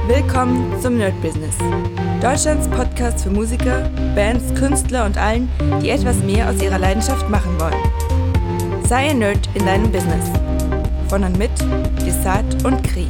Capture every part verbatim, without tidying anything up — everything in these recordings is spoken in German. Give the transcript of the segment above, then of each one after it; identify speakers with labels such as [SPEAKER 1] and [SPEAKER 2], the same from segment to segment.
[SPEAKER 1] Willkommen zum Nerd Business. Deutschlands Podcast für Musiker, Bands, Künstler und allen, die etwas mehr aus ihrer Leidenschaft machen wollen. Sei ein Nerd in deinem Business. Von und mit Desart und Kri.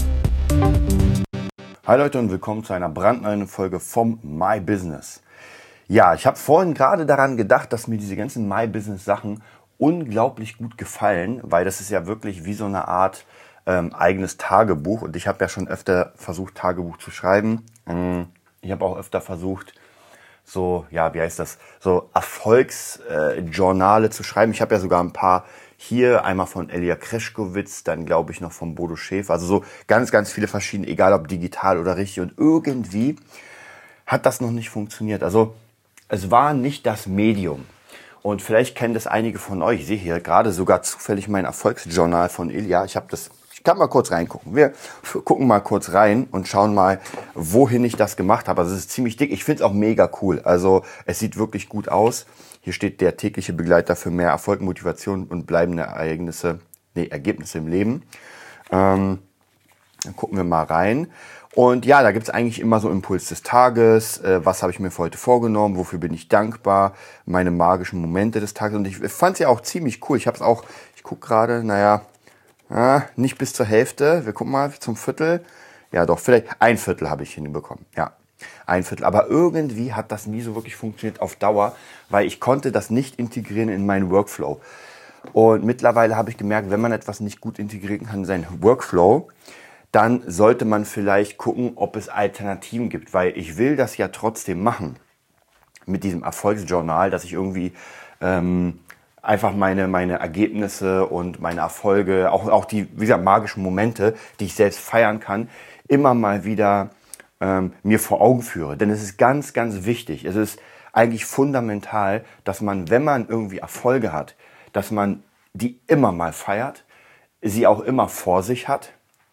[SPEAKER 2] Hi Leute und willkommen zu einer brandneuen Folge vom My Business. Ja, ich habe vorhin gerade daran gedacht, dass mir diese ganzen My Business Sachen unglaublich gut gefallen, weil das ist ja wirklich wie so eine Art ähm, eigenes Tagebuch und ich habe ja schon öfter versucht, Tagebuch zu schreiben. Ich habe auch öfter versucht, so, ja, wie heißt das, so Erfolgsjournale äh, zu schreiben. Ich habe ja sogar ein paar hier, einmal von Elia Kreschkowitz, dann glaube ich noch von Bodo Schäfer, also so ganz, ganz viele verschiedene, egal ob digital oder richtig, und irgendwie hat das noch nicht funktioniert. Also es war nicht das Medium. Und vielleicht kennen das einige von euch. Ich sehe hier gerade sogar zufällig mein Erfolgsjournal von Elia. Ich habe das, ich kann mal kurz reingucken. Wir gucken mal kurz rein und schauen mal, wohin ich das gemacht habe. Also es ist ziemlich dick. Ich finde es auch mega cool. Also es sieht wirklich gut aus. Hier steht der tägliche Begleiter für mehr Erfolg, Motivation und bleibende Ereignisse, nee, Ergebnisse im Leben. Ähm, dann gucken wir mal rein. Und ja, da gibt's eigentlich immer so Impuls des Tages, äh, was habe ich mir für heute vorgenommen, wofür bin ich dankbar, meine magischen Momente des Tages. Und ich fand's ja auch ziemlich cool. Ich habe es auch, ich gucke gerade, naja, ja, nicht bis zur Hälfte. Wir gucken mal zum Viertel. Ja doch, vielleicht ein Viertel habe ich hinbekommen. Ja, ein Viertel. Aber irgendwie hat das nie so wirklich funktioniert auf Dauer, weil ich konnte das nicht integrieren in meinen Workflow. Und mittlerweile habe ich gemerkt, wenn man etwas nicht gut integrieren kann in seinen Workflow, dann sollte man vielleicht gucken, ob es Alternativen gibt, weil ich will das ja trotzdem machen mit diesem Erfolgsjournal, dass ich irgendwie ähm, einfach meine meine Ergebnisse und meine Erfolge, auch auch die, wie gesagt, magischen Momente, die ich selbst feiern kann, immer mal wieder ähm, mir vor Augen führe. Denn es ist ganz, ganz wichtig. Es ist eigentlich fundamental, dass man, wenn man irgendwie Erfolge hat, dass man die immer mal feiert, sie auch immer vor sich hat,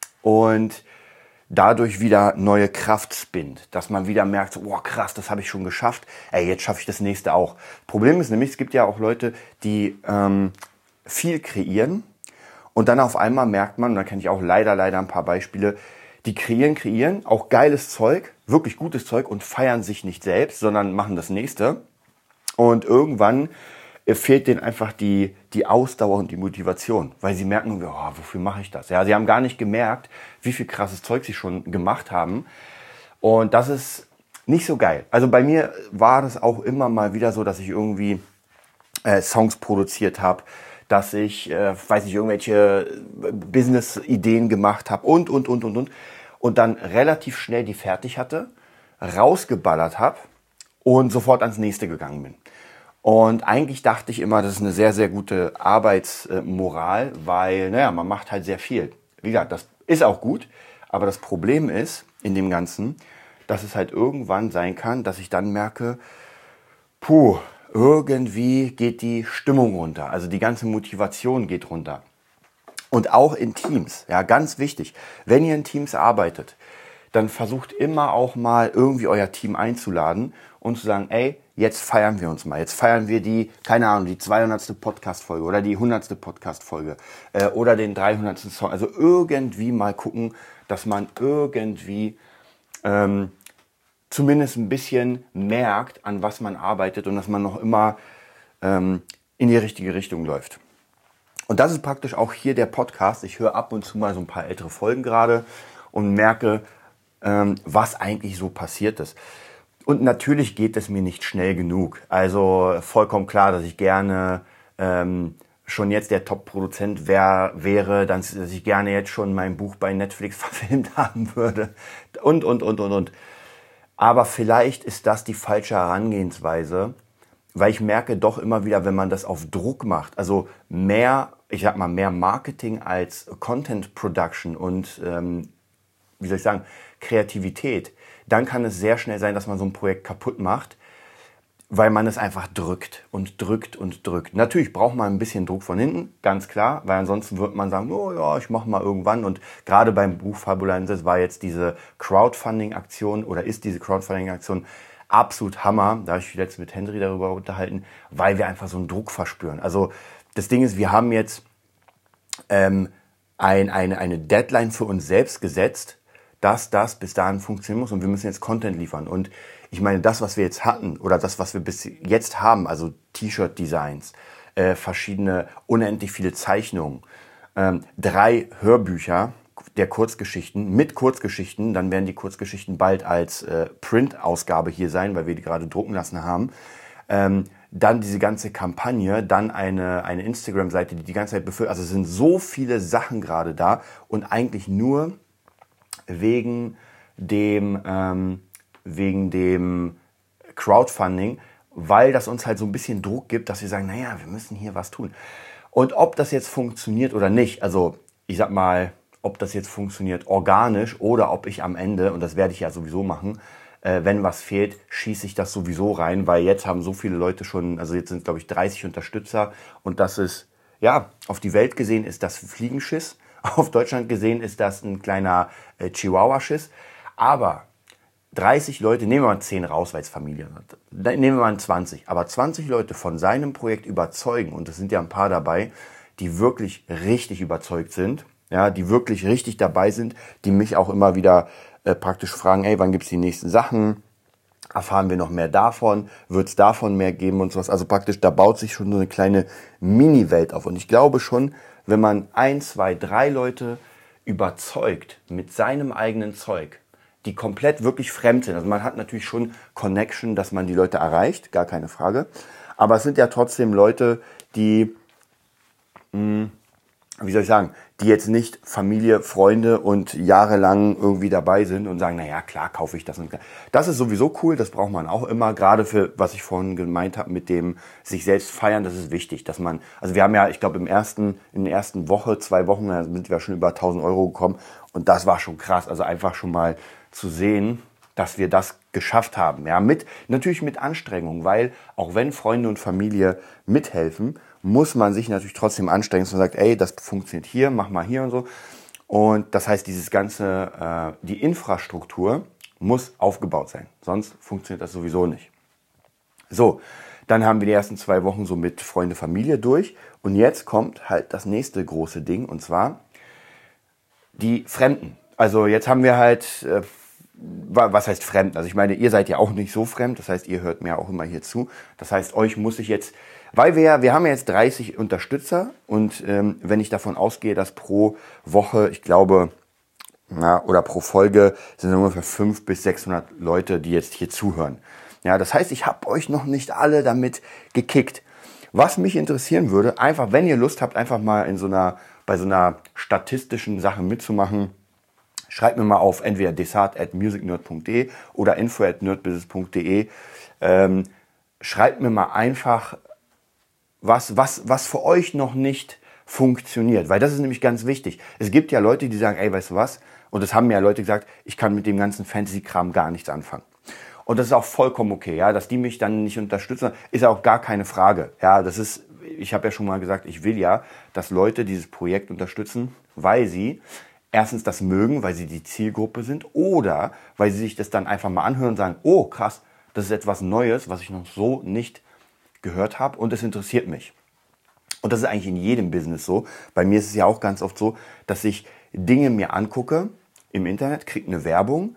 [SPEAKER 2] und dadurch wieder neue Kraft spinnt, dass man wieder merkt, so, oh krass, das habe ich schon geschafft, ey, jetzt schaffe ich das nächste auch. Problem ist nämlich, es gibt ja auch Leute, die ähm, viel kreieren und dann auf einmal merkt man, und da kenne ich auch leider, leider ein paar Beispiele, die kreieren, kreieren, auch geiles Zeug, wirklich gutes Zeug und feiern sich nicht selbst, sondern machen das nächste, und irgendwann fehlt denen einfach die, die Ausdauer und die Motivation, weil sie merken, oh, wofür mache ich das? Ja, sie haben gar nicht gemerkt, wie viel krasses Zeug sie schon gemacht haben, und das ist nicht so geil. Also bei mir war das auch immer mal wieder so, dass ich irgendwie äh, Songs produziert habe, dass ich, äh, weiß nicht, irgendwelche Business-Ideen gemacht habe und, und, und, und, und, und dann relativ schnell die fertig hatte, rausgeballert habe und sofort ans nächste gegangen bin. Und eigentlich dachte ich immer, das ist eine sehr, sehr gute Arbeitsmoral, weil, naja, man macht halt sehr viel. Wie gesagt, das ist auch gut, aber das Problem ist in dem Ganzen, dass es halt irgendwann sein kann, dass ich dann merke, puh, irgendwie geht die Stimmung runter, also die ganze Motivation geht runter. Und auch in Teams, ja, ganz wichtig, wenn ihr in Teams arbeitet, dann versucht immer auch mal irgendwie euer Team einzuladen und zu sagen, ey, jetzt feiern wir uns mal. Jetzt feiern wir die, keine Ahnung, die zweihundertste Podcast-Folge oder die hundertste Podcast-Folge äh, oder den dreihundertsten Song. Also irgendwie mal gucken, dass man irgendwie ähm, zumindest ein bisschen merkt, an was man arbeitet, und dass man noch immer ähm, in die richtige Richtung läuft. Und das ist praktisch auch hier der Podcast. Ich höre ab und zu mal so ein paar ältere Folgen gerade und merke, ähm, was eigentlich so passiert ist. Und natürlich geht es mir nicht schnell genug. Also vollkommen klar, dass ich gerne ähm, schon jetzt der Top-Produzent wär, wäre, dann, dass ich gerne jetzt schon mein Buch bei Netflix verfilmt haben würde und, und, und, und, und. Aber vielleicht ist das die falsche Herangehensweise, weil ich merke doch immer wieder, wenn man das auf Druck macht, also mehr, ich sag mal, mehr Marketing als Content Production und, ähm, wie soll ich sagen, Kreativität, dann kann es sehr schnell sein, dass man so ein Projekt kaputt macht, weil man es einfach drückt und drückt und drückt. Natürlich braucht man ein bisschen Druck von hinten, ganz klar, weil ansonsten wird man sagen, oh ja, ich mache mal irgendwann. Und gerade beim Buch Fabulensis war jetzt diese Crowdfunding-Aktion oder ist diese Crowdfunding-Aktion absolut Hammer. Da habe ich letztens mit Henry darüber unterhalten, weil wir einfach so einen Druck verspüren. Also das Ding ist, wir haben jetzt ähm, ein, eine, eine Deadline für uns selbst gesetzt, dass das bis dahin funktionieren muss und wir müssen jetzt Content liefern. Und ich meine, das, was wir jetzt hatten oder das, was wir bis jetzt haben, also T-Shirt-Designs, äh, verschiedene, unendlich viele Zeichnungen, ähm, drei Hörbücher der Kurzgeschichten mit Kurzgeschichten, dann werden die Kurzgeschichten bald als äh, Print-Ausgabe hier sein, weil wir die gerade drucken lassen haben. Ähm, dann diese ganze Kampagne, dann eine, eine Instagram-Seite, die die ganze Zeit befüllt. Also es sind so viele Sachen gerade da und eigentlich nur wegen dem, ähm, wegen dem Crowdfunding, weil das uns halt so ein bisschen Druck gibt, dass wir sagen, naja, wir müssen hier was tun. Und ob das jetzt funktioniert oder nicht, also ich sag mal, ob das jetzt funktioniert organisch oder ob ich am Ende, und das werde ich ja sowieso machen, äh, wenn was fehlt, schieße ich das sowieso rein, weil jetzt haben so viele Leute schon, also jetzt sind glaube ich dreißig Unterstützer und das ist, ja, auf die Welt gesehen ist das Fliegenschiss, auf Deutschland gesehen ist das ein kleiner äh, Chihuahua-Schiss, aber dreißig Leute, nehmen wir mal zehn raus, weil es Familie hat, dann nehmen wir mal zwanzig, aber zwanzig Leute von seinem Projekt überzeugen, und es sind ja ein paar dabei, die wirklich richtig überzeugt sind, ja, die wirklich richtig dabei sind, die mich auch immer wieder äh, praktisch fragen, ey, wann gibt's die nächsten Sachen? Erfahren wir noch mehr davon? Wird's davon mehr geben und sowas? Also praktisch, da baut sich schon so eine kleine Mini-Welt auf. Und ich glaube schon, wenn man ein, zwei, drei Leute überzeugt mit seinem eigenen Zeug, die komplett wirklich fremd sind, also man hat natürlich schon Connection, dass man die Leute erreicht, gar keine Frage, aber es sind ja trotzdem Leute, die, mh, wie soll ich sagen, die jetzt nicht Familie, Freunde und jahrelang irgendwie dabei sind und sagen, naja, klar, kaufe ich das. Und das ist sowieso cool, das braucht man auch immer, gerade für, was ich vorhin gemeint habe, mit dem sich selbst feiern, das ist wichtig, dass man, also wir haben ja, ich glaube, im ersten, in der ersten Woche, zwei Wochen, da sind wir schon über tausend Euro gekommen und das war schon krass, also einfach schon mal zu sehen, dass wir das geschafft haben, ja, mit, natürlich mit Anstrengung, weil auch wenn Freunde und Familie mithelfen, muss man sich natürlich trotzdem anstrengen, dass man sagt, ey, das funktioniert hier, mach mal hier und so. Und das heißt, dieses ganze, äh, die Infrastruktur muss aufgebaut sein, sonst funktioniert das sowieso nicht. So, dann haben wir die ersten zwei Wochen so mit Freunde, Familie durch und jetzt kommt halt das nächste große Ding und zwar die Fremden. Also jetzt haben wir halt, äh, was heißt Fremden? Also ich meine, ihr seid ja auch nicht so fremd, das heißt, ihr hört mir auch immer hier zu. Das heißt, euch muss ich jetzt, weil wir ja, wir haben ja jetzt dreißig Unterstützer und ähm, wenn ich davon ausgehe, dass pro Woche, ich glaube, na, oder pro Folge sind es ungefähr fünfhundert bis sechshundert Leute, die jetzt hier zuhören. Ja, das heißt, ich habe euch noch nicht alle damit gekickt. Was mich interessieren würde, einfach, wenn ihr Lust habt, einfach mal in so einer, bei so einer statistischen Sache mitzumachen, schreibt mir mal auf entweder desart at musicnerd punkt de oder info at nerdbusiness punkt de. Ähm, schreibt mir mal einfach, was, was, was für euch noch nicht funktioniert. Weil das ist nämlich ganz wichtig. Es gibt ja Leute, die sagen, ey, weißt du was? Und das haben mir ja Leute gesagt, ich kann mit dem ganzen Fantasy-Kram gar nichts anfangen. Und das ist auch vollkommen okay, ja, dass die mich dann nicht unterstützen, ist ja auch gar keine Frage. Ja, das ist, ich habe ja schon mal gesagt, ich will ja, dass Leute dieses Projekt unterstützen, weil sie erstens das mögen, weil sie die Zielgruppe sind oder weil sie sich das dann einfach mal anhören und sagen, oh krass, das ist etwas Neues, was ich noch so nicht gehört habe und es interessiert mich. Und das ist eigentlich in jedem Business so. Bei mir ist es ja auch ganz oft so, dass ich Dinge mir angucke im Internet, kriege eine Werbung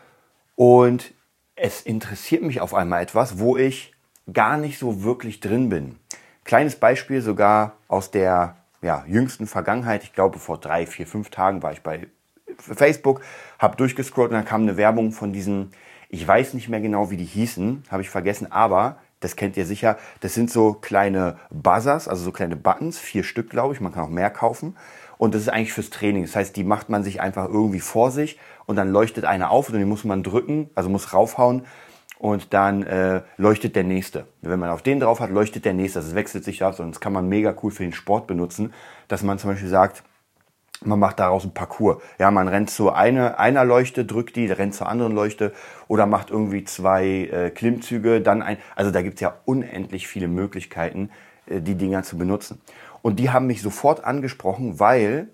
[SPEAKER 2] und es interessiert mich auf einmal etwas, wo ich gar nicht so wirklich drin bin. Kleines Beispiel sogar aus der ja, jüngsten Vergangenheit, ich glaube vor drei, vier, fünf Tagen war ich bei Facebook, habe durchgescrollt und dann kam eine Werbung von diesen, ich weiß nicht mehr genau, wie die hießen, habe ich vergessen, aber das kennt ihr sicher, das sind so kleine Buzzers, also so kleine Buttons, vier Stück glaube ich, man kann auch mehr kaufen und das ist eigentlich fürs Training, das heißt, die macht man sich einfach irgendwie vor sich und dann leuchtet einer auf und den muss man drücken, also muss raufhauen und dann äh, leuchtet der nächste. Wenn man auf den drauf hat, leuchtet der nächste. Also es wechselt sich ab und das kann man mega cool für den Sport benutzen, dass man zum Beispiel sagt, man macht daraus ein Parcours. Ja, man rennt zu eine, einer Leuchte, drückt die, rennt zur anderen Leuchte oder macht irgendwie zwei äh, Klimmzüge, dann ein. Also da gibt's ja unendlich viele Möglichkeiten, äh, die Dinger zu benutzen. Und die haben mich sofort angesprochen, weil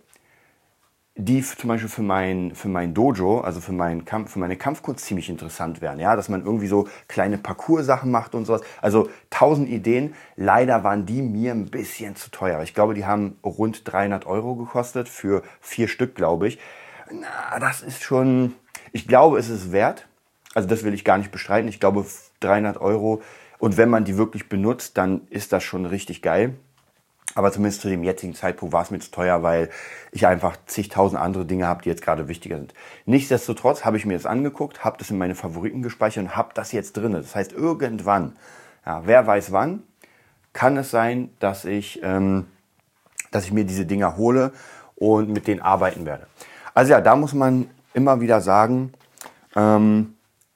[SPEAKER 2] die zum Beispiel für mein, für mein Dojo, also für, meinen Kampf, für meine Kampfkunst ziemlich interessant wären. Ja, dass man irgendwie so kleine Parcours-Sachen macht und sowas. Also tausend Ideen. Leider waren die mir ein bisschen zu teuer. Ich glaube, die haben rund dreihundert Euro gekostet für vier Stück, glaube ich. Na, das ist schon, Ich glaube, es ist wert. Also das will ich gar nicht bestreiten. Ich glaube, dreihundert Euro. Und wenn man die wirklich benutzt, dann ist das schon richtig geil. Aber zumindest zu dem jetzigen Zeitpunkt war es mir zu teuer, weil ich einfach zigtausend andere Dinge habe, die jetzt gerade wichtiger sind. Nichtsdestotrotz habe ich mir das angeguckt, habe das in meine Favoriten gespeichert und habe das jetzt drin. Das heißt, irgendwann, ja, wer weiß wann, kann es sein, dass ich, ähm, dass ich mir diese Dinger hole und mit denen arbeiten werde. Also ja, da muss man immer wieder sagen, ähm,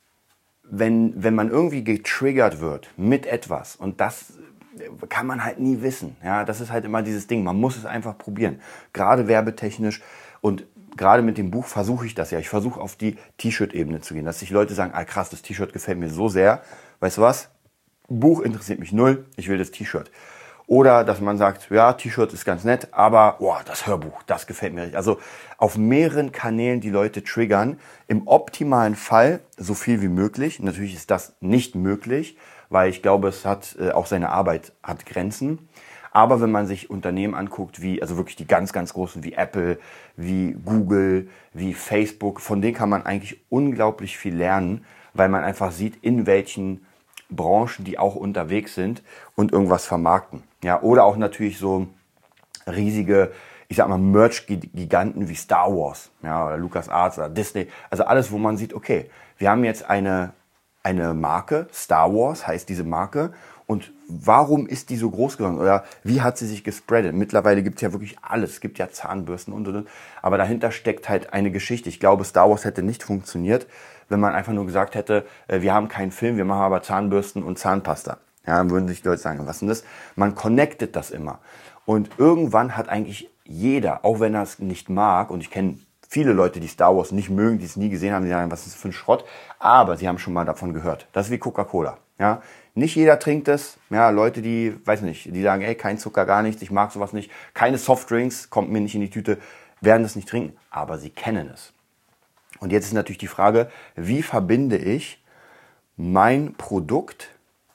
[SPEAKER 2] wenn, wenn man irgendwie getriggert wird mit etwas und das kann man halt nie wissen. Ja, das ist halt immer dieses Ding. Man muss es einfach probieren. Gerade werbetechnisch und gerade mit dem Buch versuche ich das ja. Ich versuche auf die T-Shirt-Ebene zu gehen, dass sich Leute sagen, ah krass, das T-Shirt gefällt mir so sehr. Weißt du was? Buch interessiert mich null. Ich will das T-Shirt. Oder dass man sagt, ja, T-Shirt ist ganz nett, aber boah, das Hörbuch, das gefällt mir richtig. Also auf mehreren Kanälen die Leute triggern. Im optimalen Fall so viel wie möglich. Natürlich ist das nicht möglich, weil ich glaube, es hat äh, auch seine Arbeit hat Grenzen. Aber wenn man sich Unternehmen anguckt, wie also wirklich die ganz, ganz großen, wie Apple, wie Google, wie Facebook, von denen kann man eigentlich unglaublich viel lernen, weil man einfach sieht, in welchen Branchen die auch unterwegs sind und irgendwas vermarkten. Ja, oder auch natürlich so riesige, ich sag mal, Merch-Giganten wie Star Wars, ja, oder LucasArts oder Disney. Also alles, wo man sieht, okay, wir haben jetzt eine eine Marke, Star Wars heißt diese Marke, und warum ist die so groß geworden oder wie hat sie sich gespreadet? Mittlerweile gibt es ja wirklich alles, es gibt ja Zahnbürsten und und und, aber dahinter steckt halt eine Geschichte. Ich glaube, Star Wars hätte nicht funktioniert, wenn man einfach nur gesagt hätte, wir haben keinen Film, wir machen aber Zahnbürsten und Zahnpasta. Ja, dann würden sich die Leute sagen, was ist denn das? Man connectet das immer. Und irgendwann hat eigentlich jeder, auch wenn er es nicht mag, und ich kenne viele Leute, die Star Wars nicht mögen, die es nie gesehen haben, die sagen, was ist das für ein Schrott? Aber sie haben schon mal davon gehört. Das ist wie Coca-Cola. Ja? Nicht jeder trinkt es. Ja, Leute, die, weiß nicht, die sagen, ey, kein Zucker, gar nichts, ich mag sowas nicht. Keine Softdrinks, kommt mir nicht in die Tüte, werden das nicht trinken. Aber sie kennen es. Und jetzt ist natürlich die Frage, wie verbinde ich mein Produkt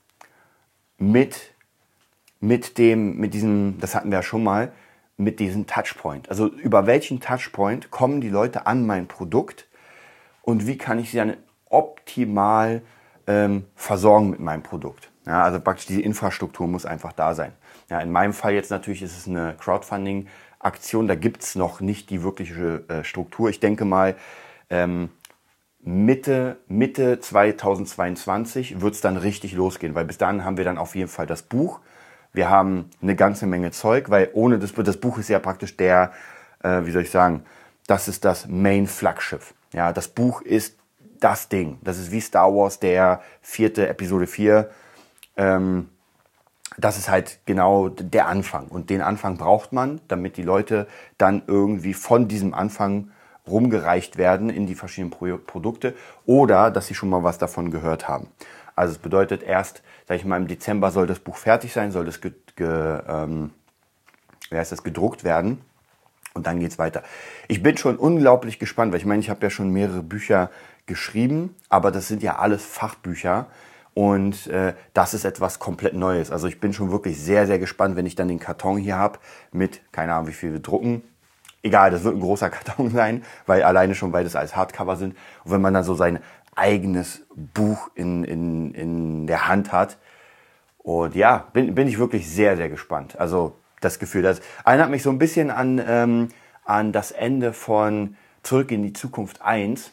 [SPEAKER 2] mit, mit dem, mit diesem, das hatten wir ja schon mal, mit diesem Touchpoint. Also über welchen Touchpoint kommen die Leute an mein Produkt und wie kann ich sie dann optimal ähm, versorgen mit meinem Produkt. Ja, also praktisch diese Infrastruktur muss einfach da sein. Ja, in meinem Fall jetzt natürlich ist es eine Crowdfunding-Aktion, da gibt es noch nicht die wirkliche äh, Struktur. Ich denke mal, ähm, Mitte, Mitte zweitausendzweiundzwanzig wird es dann richtig losgehen, weil bis dahin haben wir dann auf jeden Fall das Buch. Wir haben eine ganze Menge Zeug, weil ohne das, das Buch ist ja praktisch der, äh, wie soll ich sagen, das ist das Main-Flaggschiff. Ja, das Buch ist das Ding. Das ist wie Star Wars, der vierte, Episode vier. Ähm, das ist halt genau der Anfang. Und den Anfang braucht man, damit die Leute dann irgendwie von diesem Anfang rumgereicht werden in die verschiedenen Pro- Produkte oder dass sie schon mal was davon gehört haben. Also es bedeutet erst, sag ich mal, im Dezember soll das Buch fertig sein, soll das ge, ge, ähm, wie heißt das, gedruckt werden und dann geht's weiter. Ich bin schon unglaublich gespannt, weil ich meine, ich habe ja schon mehrere Bücher geschrieben, aber das sind ja alles Fachbücher und äh, das ist etwas komplett Neues. Also ich bin schon wirklich sehr, sehr gespannt, wenn ich dann den Karton hier habe mit, keine Ahnung, wie viel wir drucken. Egal, das wird ein großer Karton sein, weil alleine schon beides als Hardcover sind. Und wenn man dann so sein eigenes Buch in, in, in der Hand hat. Und ja, bin, bin ich wirklich sehr, sehr gespannt. Also das Gefühl, das erinnert mich so ein bisschen an, ähm, an das Ende von Zurück in die Zukunft eins,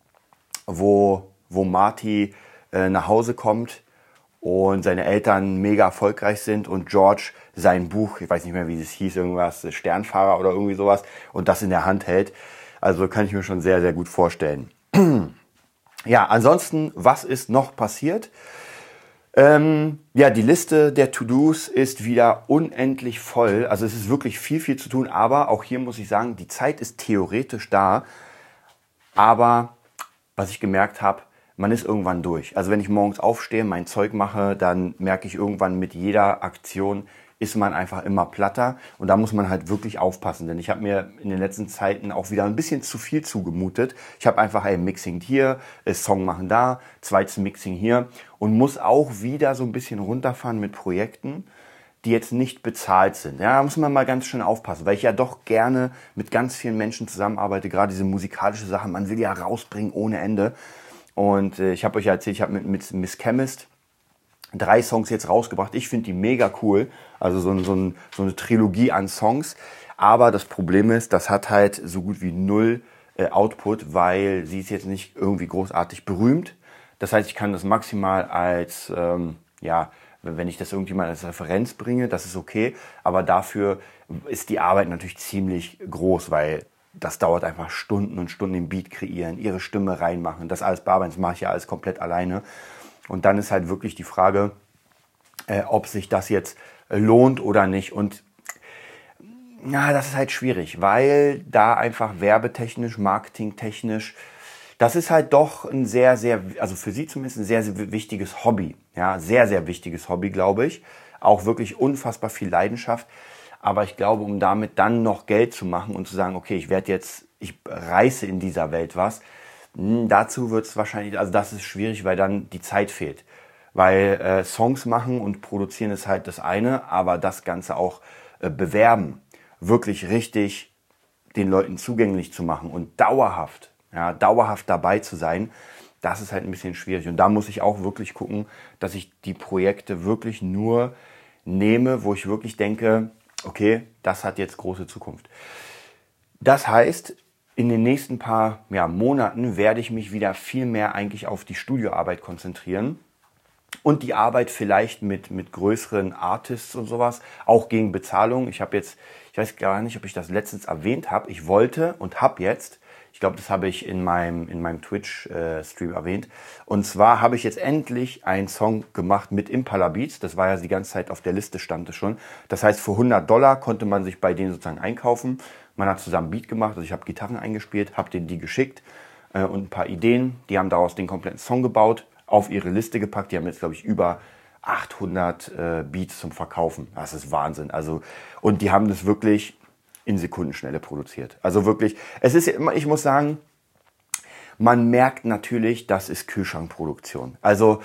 [SPEAKER 2] wo, wo Marty äh, nach Hause kommt und seine Eltern mega erfolgreich sind und George sein Buch, ich weiß nicht mehr, wie es hieß, irgendwas, Sternfahrer oder irgendwie sowas, und das in der Hand hält. Also kann ich mir schon sehr, sehr gut vorstellen. Ja, ansonsten, was ist noch passiert? Ähm, ja, die Liste der To-Dos ist wieder unendlich voll. Also es ist wirklich viel, viel zu tun. Aber auch hier muss ich sagen, die Zeit ist theoretisch da. Aber was ich gemerkt habe, man ist irgendwann durch. Also wenn ich morgens aufstehe, mein Zeug mache, dann merke ich irgendwann mit jeder Aktion, ist man einfach immer platter. Und da muss man halt wirklich aufpassen. Denn ich habe mir in den letzten Zeiten auch wieder ein bisschen zu viel zugemutet. Ich habe einfach ein Mixing hier, Song machen da, zweites Mixing hier. Und muss auch wieder so ein bisschen runterfahren mit Projekten. die jetzt nicht bezahlt sind. Ja, da muss man mal ganz schön aufpassen, weil ich ja doch gerne mit ganz vielen Menschen zusammenarbeite, gerade diese musikalische Sache, man will ja rausbringen ohne Ende. Und äh, ich habe euch ja erzählt, ich habe mit, mit Miss Chemist drei Songs jetzt rausgebracht. Ich finde die mega cool, also so, so, ein, so eine Trilogie an Songs. Aber das Problem ist, das hat halt so gut wie null äh, Output, weil sie ist jetzt nicht irgendwie großartig berühmt. Das heißt, ich kann das maximal als, ähm, ja, wenn ich das irgendjemand als Referenz bringe, das ist okay. Aber dafür ist die Arbeit natürlich ziemlich groß, weil das dauert einfach Stunden und Stunden im Beat kreieren, ihre Stimme reinmachen, das alles bearbeiten. Das mache ich ja alles komplett alleine. Und dann ist halt wirklich die Frage, äh, ob sich das jetzt lohnt oder nicht. Und ja, das ist halt schwierig, weil da einfach werbetechnisch, marketingtechnisch, das ist halt doch ein sehr, sehr, also für sie zumindest ein sehr, sehr wichtiges Hobby. Ja, sehr, sehr wichtiges Hobby, glaube ich. Auch wirklich unfassbar viel Leidenschaft. Aber ich glaube, um damit dann noch Geld zu machen und zu sagen, okay, ich werde jetzt, ich reiße in dieser Welt was, mh, dazu wird es wahrscheinlich, also das ist schwierig, weil dann die Zeit fehlt. Weil äh, Songs machen und produzieren ist halt das eine, aber das Ganze auch äh, bewerben, wirklich richtig den Leuten zugänglich zu machen und dauerhaft, ja, dauerhaft dabei zu sein, das ist halt ein bisschen schwierig. Und da muss ich auch wirklich gucken, dass ich die Projekte wirklich nur nehme, wo ich wirklich denke, okay, das hat jetzt große Zukunft. Das heißt, in den nächsten paar ja, Monaten werde ich mich wieder viel mehr eigentlich auf die Studioarbeit konzentrieren und die Arbeit vielleicht mit, mit größeren Artists und sowas, auch gegen Bezahlung. Ich habe jetzt, ich weiß gar nicht, ob ich das letztens erwähnt habe, ich wollte und habe jetzt, ich glaube, das habe ich in meinem, in meinem Twitch-Stream äh, erwähnt. Und zwar habe ich jetzt endlich einen Song gemacht mit Impala Beats. Das war ja die ganze Zeit auf der Liste, stand es schon. Das heißt, für hundert Dollar konnte man sich bei denen sozusagen einkaufen. Man hat zusammen Beat gemacht, also ich habe Gitarren eingespielt, habe denen die geschickt äh, und ein paar Ideen. Die haben daraus den kompletten Song gebaut, auf ihre Liste gepackt. Die haben jetzt, glaube ich, über achthundert äh, Beats zum Verkaufen. Das ist Wahnsinn. Also, und die haben das wirklich in Sekundenschnelle produziert. Also wirklich, es ist immer, ich muss sagen, man merkt natürlich, das ist Kühlschrankproduktion. Also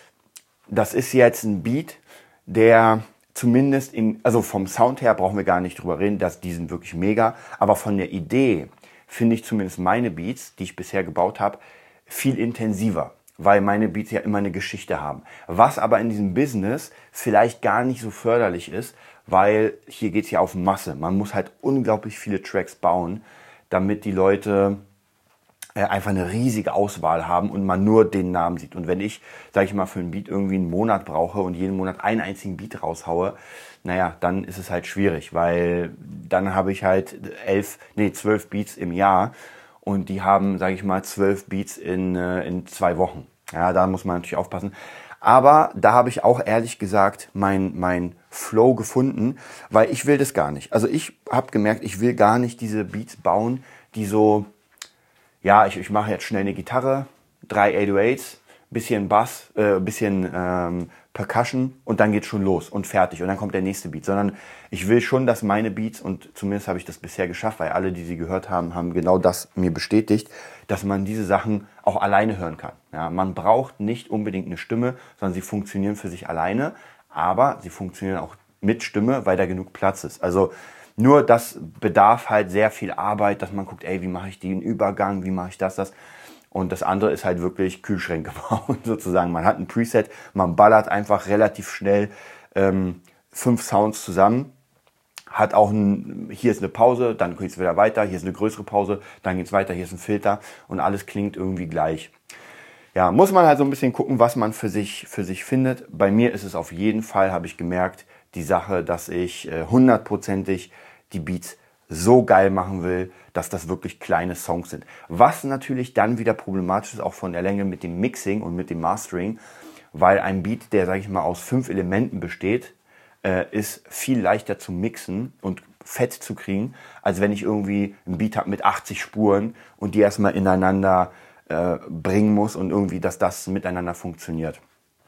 [SPEAKER 2] das ist jetzt ein Beat, der zumindest in, also vom Sound her brauchen wir gar nicht drüber reden, dass die sind wirklich mega, aber von der Idee finde ich zumindest meine Beats, die ich bisher gebaut habe, viel intensiver, weil meine Beats ja immer eine Geschichte haben. Was aber in diesem Business vielleicht gar nicht so förderlich ist, weil hier geht es ja auf Masse. Man muss halt unglaublich viele Tracks bauen, damit die Leute äh, einfach eine riesige Auswahl haben und man nur den Namen sieht. Und wenn ich, sage ich mal, für einen Beat irgendwie einen Monat brauche und jeden Monat einen einzigen Beat raushaue, naja, dann ist es halt schwierig, weil dann habe ich halt elf, nee, zwölf Beats im Jahr und die haben, sage ich mal, zwölf Beats in, äh, in zwei Wochen. Ja, da muss man natürlich aufpassen. Aber da habe ich auch ehrlich gesagt mein, mein Flow gefunden, weil ich will das gar nicht. Also ich habe gemerkt, ich will gar nicht diese Beats bauen, die so, ja, ich, ich mache jetzt schnell eine Gitarre, drei acht null achts, bisschen Bass, äh, bisschen ähm, Percussion und dann geht's schon los und fertig und dann kommt der nächste Beat. Sondern ich will schon, dass meine Beats, und zumindest habe ich das bisher geschafft, weil alle, die sie gehört haben, haben genau das mir bestätigt, dass man diese Sachen auch alleine hören kann. Ja, man braucht nicht unbedingt eine Stimme, sondern sie funktionieren für sich alleine, aber sie funktionieren auch mit Stimme, weil da genug Platz ist. Also nur das bedarf halt sehr viel Arbeit, dass man guckt, ey, wie mache ich den Übergang, wie mache ich das, das. Und das andere ist halt wirklich Kühlschränke bauen sozusagen. Man hat ein Preset, man ballert einfach relativ schnell ähm, fünf Sounds zusammen, hat auch ein, hier ist eine Pause, dann geht es wieder weiter, hier ist eine größere Pause, dann geht es weiter, hier ist ein Filter und alles klingt irgendwie gleich. Ja, muss man halt so ein bisschen gucken, was man für sich, für sich findet. Bei mir ist es auf jeden Fall, habe ich gemerkt, die Sache, dass ich hundertprozentig die Beats so geil machen will, dass das wirklich kleine Songs sind. Was natürlich dann wieder problematisch ist, auch von der Länge mit dem Mixing und mit dem Mastering, weil ein Beat, der, sage ich mal, aus fünf Elementen besteht, äh, ist viel leichter zu mixen und fett zu kriegen, als wenn ich irgendwie einen Beat habe mit achtzig Spuren und die erstmal ineinander äh, bringen muss und irgendwie, dass das miteinander funktioniert.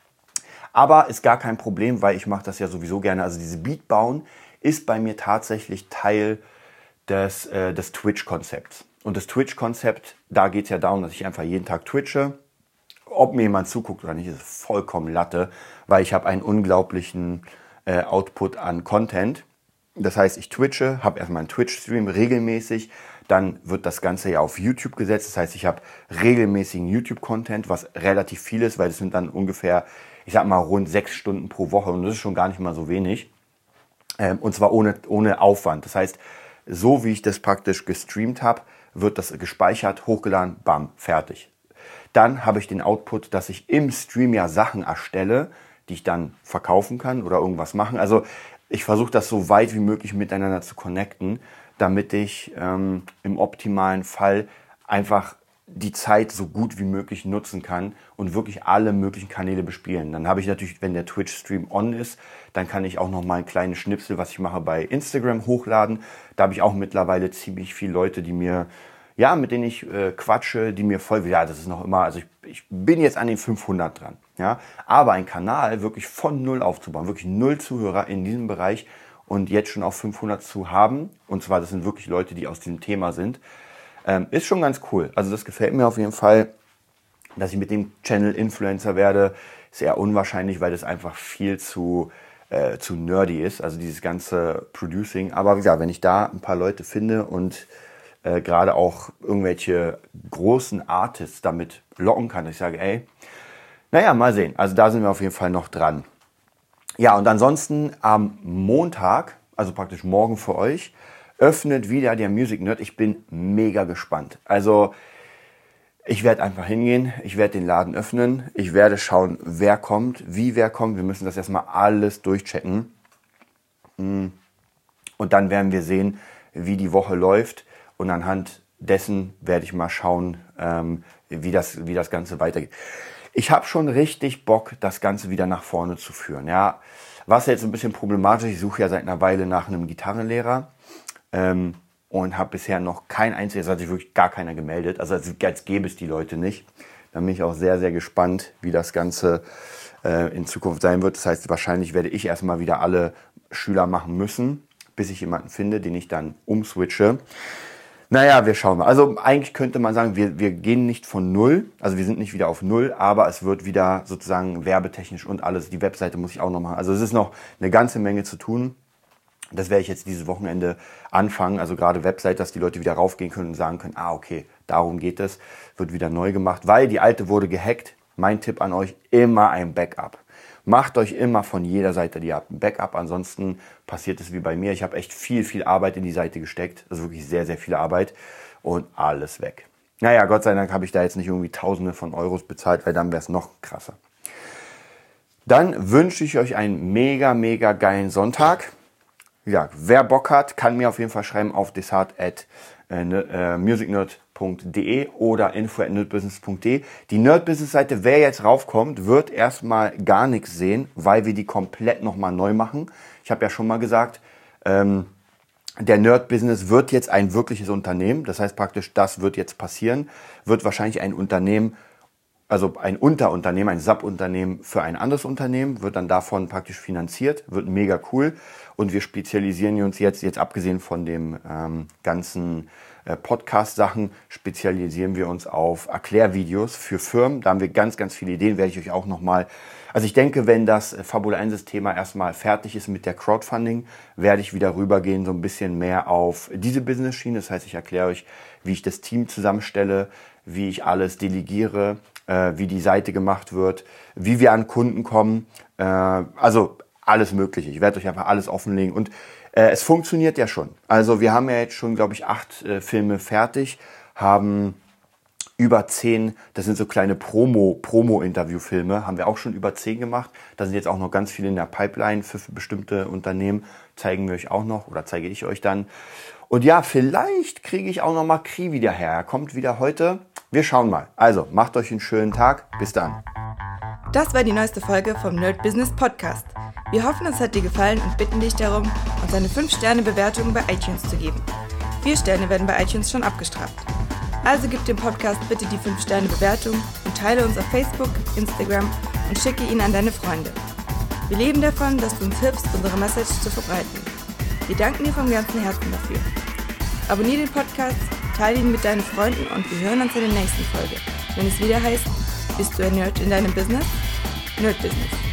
[SPEAKER 2] Aber ist gar kein Problem, weil ich mache das ja sowieso gerne. Also diese Beat bauen ist bei mir tatsächlich Teil des, äh, des Twitch-Konzepts. Und das Twitch-Konzept, da geht es ja darum, dass ich einfach jeden Tag twitche. Ob mir jemand zuguckt oder nicht, ist vollkommen Latte, weil ich habe einen unglaublichen äh, Output an Content. Das heißt, ich twitche, habe erstmal einen Twitch-Stream regelmäßig, dann wird das Ganze ja auf YouTube gesetzt. Das heißt, ich habe regelmäßigen YouTube-Content, was relativ viel ist, weil es sind dann ungefähr, ich sag mal, rund sechs Stunden pro Woche und das ist schon gar nicht mal so wenig. Ähm, und zwar ohne, ohne Aufwand. Das heißt, so wie ich das praktisch gestreamt habe, wird das gespeichert, hochgeladen, bam, fertig. Dann habe ich den Output, dass ich im Stream ja Sachen erstelle, die ich dann verkaufen kann oder irgendwas machen. Also ich versuche das so weit wie möglich miteinander zu connecten, damit ich ähm, im optimalen Fall einfach die Zeit so gut wie möglich nutzen kann und wirklich alle möglichen Kanäle bespielen. Dann habe ich natürlich, wenn der Twitch-Stream on ist, dann kann ich auch noch mal ein kleines Schnipsel, was ich mache, bei Instagram hochladen. Da habe ich auch mittlerweile ziemlich viele Leute, die mir, ja, mit denen ich äh, quatsche, die mir folgen. Ja, das ist noch immer, also ich, ich bin jetzt an den fünfhundert dran. Ja, aber ein Kanal wirklich von null aufzubauen, wirklich null Zuhörer in diesem Bereich und jetzt schon auf fünfhundert zu haben, und zwar das sind wirklich Leute, die aus diesem Thema sind, ähm, ist schon ganz cool. Also das gefällt mir auf jeden Fall, dass ich mit dem Channel Influencer werde, ist eher unwahrscheinlich, weil das einfach viel zu, äh, zu nerdy ist, also dieses ganze Producing. Aber wie gesagt, wenn ich da ein paar Leute finde und äh, gerade auch irgendwelche großen Artists damit locken kann, dass ich sage, ey, naja, mal sehen. Also da sind wir auf jeden Fall noch dran. Ja, und ansonsten am Montag, also praktisch morgen für euch, öffnet wieder der Music Nerd. Ich bin mega gespannt. Also ich werde einfach hingehen, ich werde den Laden öffnen, ich werde schauen, wer kommt, wie wer kommt. Wir müssen das erstmal alles durchchecken. Und dann werden wir sehen, wie die Woche läuft. Und anhand dessen werde ich mal schauen, wie das, wie das Ganze weitergeht. Ich habe schon richtig Bock, das Ganze wieder nach vorne zu führen. Ja, was jetzt ein bisschen problematisch, ich suche ja seit einer Weile nach einem Gitarrenlehrer ähm, und habe bisher noch kein einziges, es hat sich wirklich gar keiner gemeldet. Also als, als gäbe es die Leute nicht. Da bin ich auch sehr, sehr gespannt, wie das Ganze äh, in Zukunft sein wird. Das heißt, wahrscheinlich werde ich erstmal wieder alle Schüler machen müssen, bis ich jemanden finde, den ich dann umswitche. Naja, wir schauen mal. Also eigentlich könnte man sagen, wir, wir gehen nicht von null, also wir sind nicht wieder auf null, aber es wird wieder sozusagen werbetechnisch und alles, die Webseite muss ich auch noch machen. Also es ist noch eine ganze Menge zu tun. Das werde ich jetzt dieses Wochenende anfangen, also gerade Webseite, dass die Leute wieder raufgehen können und sagen können, ah okay, darum geht es, wird wieder neu gemacht, weil die alte wurde gehackt. Mein Tipp an euch, immer ein Backup. Macht euch immer von jeder Seite, die ihr habt, ein Backup. Ansonsten passiert es wie bei mir. Ich habe echt viel, viel Arbeit in die Seite gesteckt. Also wirklich sehr, sehr viel Arbeit. Und alles weg. Naja, Gott sei Dank habe ich da jetzt nicht irgendwie Tausende von Euros bezahlt, weil dann wäre es noch krasser. Dann wünsche ich euch einen mega, mega geilen Sonntag. Ja, wer Bock hat, kann mir auf jeden Fall schreiben auf desart at musicnerd punkt de oder info at nerdbusiness punkt de. Die Nerdbusiness-Seite, wer jetzt raufkommt, wird erstmal gar nichts sehen, weil wir die komplett nochmal neu machen. Ich habe ja schon mal gesagt, ähm, der Nerdbusiness wird jetzt ein wirkliches Unternehmen. Das heißt praktisch, das wird jetzt passieren. Wird wahrscheinlich ein Unternehmen, also ein Unterunternehmen, ein Subunternehmen für ein anderes Unternehmen, wird dann davon praktisch finanziert, wird mega cool. Und wir spezialisieren uns jetzt, jetzt abgesehen von dem ähm, ganzen äh, Podcast-Sachen, spezialisieren wir uns auf Erklärvideos für Firmen. Da haben wir ganz, ganz viele Ideen, werde ich euch auch nochmal, also ich denke, wenn das Fabulensis-Thema erstmal fertig ist mit der Crowdfunding, werde ich wieder rübergehen, so ein bisschen mehr auf diese Business-Schiene. Das heißt, ich erkläre euch, wie ich das Team zusammenstelle, wie ich alles delegiere, äh, wie die Seite gemacht wird, wie wir an Kunden kommen, äh, also alles Mögliche. Ich werde euch einfach alles offenlegen und äh, es funktioniert ja schon. Also wir haben ja jetzt schon, glaube ich, acht äh, Filme fertig, haben über zehn, das sind so kleine Promo, Promo-Interview-Filme, haben wir auch schon über zehn gemacht. Da sind jetzt auch noch ganz viele in der Pipeline für bestimmte Unternehmen, zeigen wir euch auch noch oder zeige ich euch dann. Und ja, vielleicht kriege ich auch noch mal Kri wieder her. Er kommt wieder heute. Wir schauen mal. Also, macht euch einen schönen Tag. Bis dann.
[SPEAKER 1] Das war die neueste Folge vom Nerd Business Podcast. Wir hoffen, es hat dir gefallen und bitten dich darum, uns eine fünf Sterne Bewertung bei iTunes zu geben. vier Sterne werden bei iTunes schon abgestraft. Also gib dem Podcast bitte die fünf Sterne Bewertung und teile uns auf Facebook, Instagram und schicke ihn an deine Freunde. Wir leben davon, dass du uns hilfst, unsere Message zu verbreiten. Wir danken dir vom ganzen Herzen dafür. Abonniere den Podcast, teile ihn mit deinen Freunden und wir hören uns in der nächsten Folge, wenn es wieder heißt, bist du ein Nerd in deinem Business? Nerd Business.